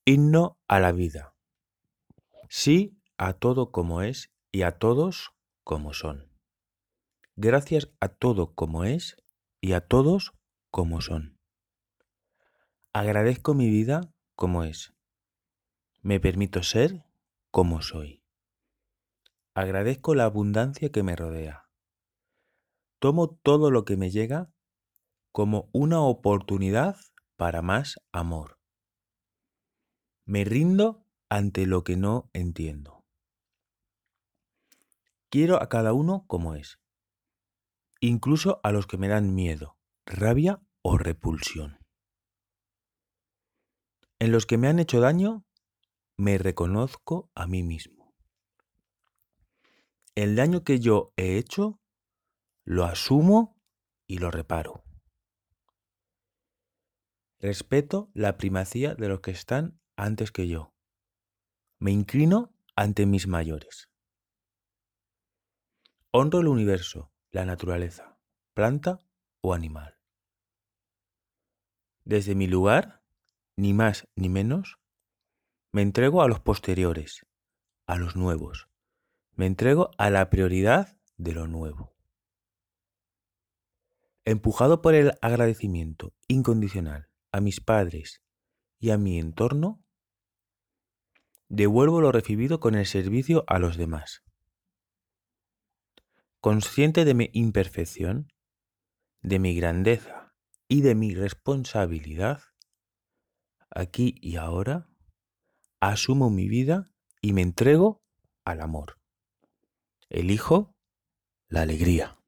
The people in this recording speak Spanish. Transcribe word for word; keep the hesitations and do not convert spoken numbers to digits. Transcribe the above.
Himno a la vida. Sí a todo como es y a todos como son. Gracias a todo como es y a todos como son. Agradezco mi vida como es. Me permito ser como soy. Agradezco la abundancia que me rodea. Tomo todo lo que me llega como una oportunidad para más amor. Me rindo ante lo que no entiendo. Quiero a cada uno como es, incluso a los que me dan miedo, rabia o repulsión. En los que me han hecho daño, me reconozco a mí mismo. El daño que yo he hecho, lo asumo y lo reparo. Respeto la primacía de los que están antes que yo. Me inclino ante mis mayores. Honro el universo, la naturaleza, planta o animal. Desde mi lugar, ni más ni menos, me entrego a los posteriores, a los nuevos. Me entrego a la prioridad de lo nuevo. Empujado por el agradecimiento incondicional a mis padres y a mi entorno, devuelvo lo recibido con el servicio a los demás. Consciente de mi imperfección, de mi grandeza y de mi responsabilidad, aquí y ahora, asumo mi vida y me entrego al amor. Elijo la alegría.